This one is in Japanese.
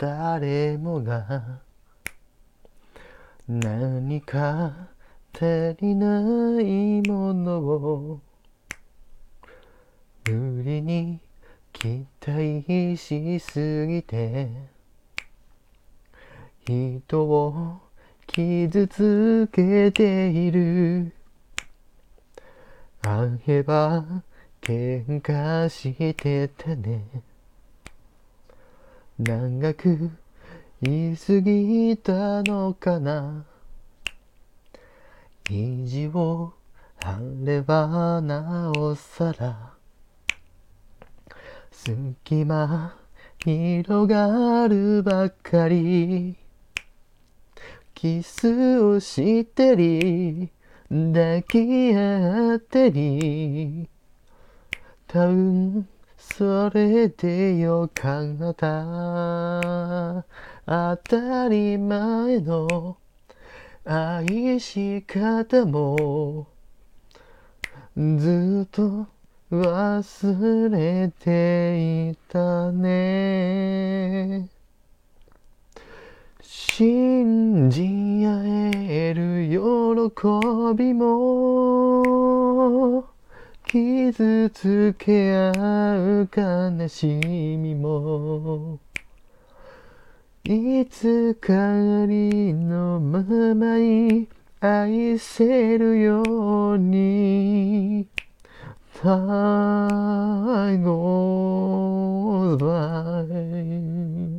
誰もが何か足りないものを無理に期待しすぎて人を傷つけている。会えば喧嘩してたね。長く言い過ぎたのかな。意地を張ればなおさら隙間広がるばかり。キスをしてり抱き合ってり、多分それでよかった。当たり前の愛し方もずっと忘れていたね。信じ合える喜びも傷つけ合う悲しみも、いつかありのままに愛せるように。Time goes by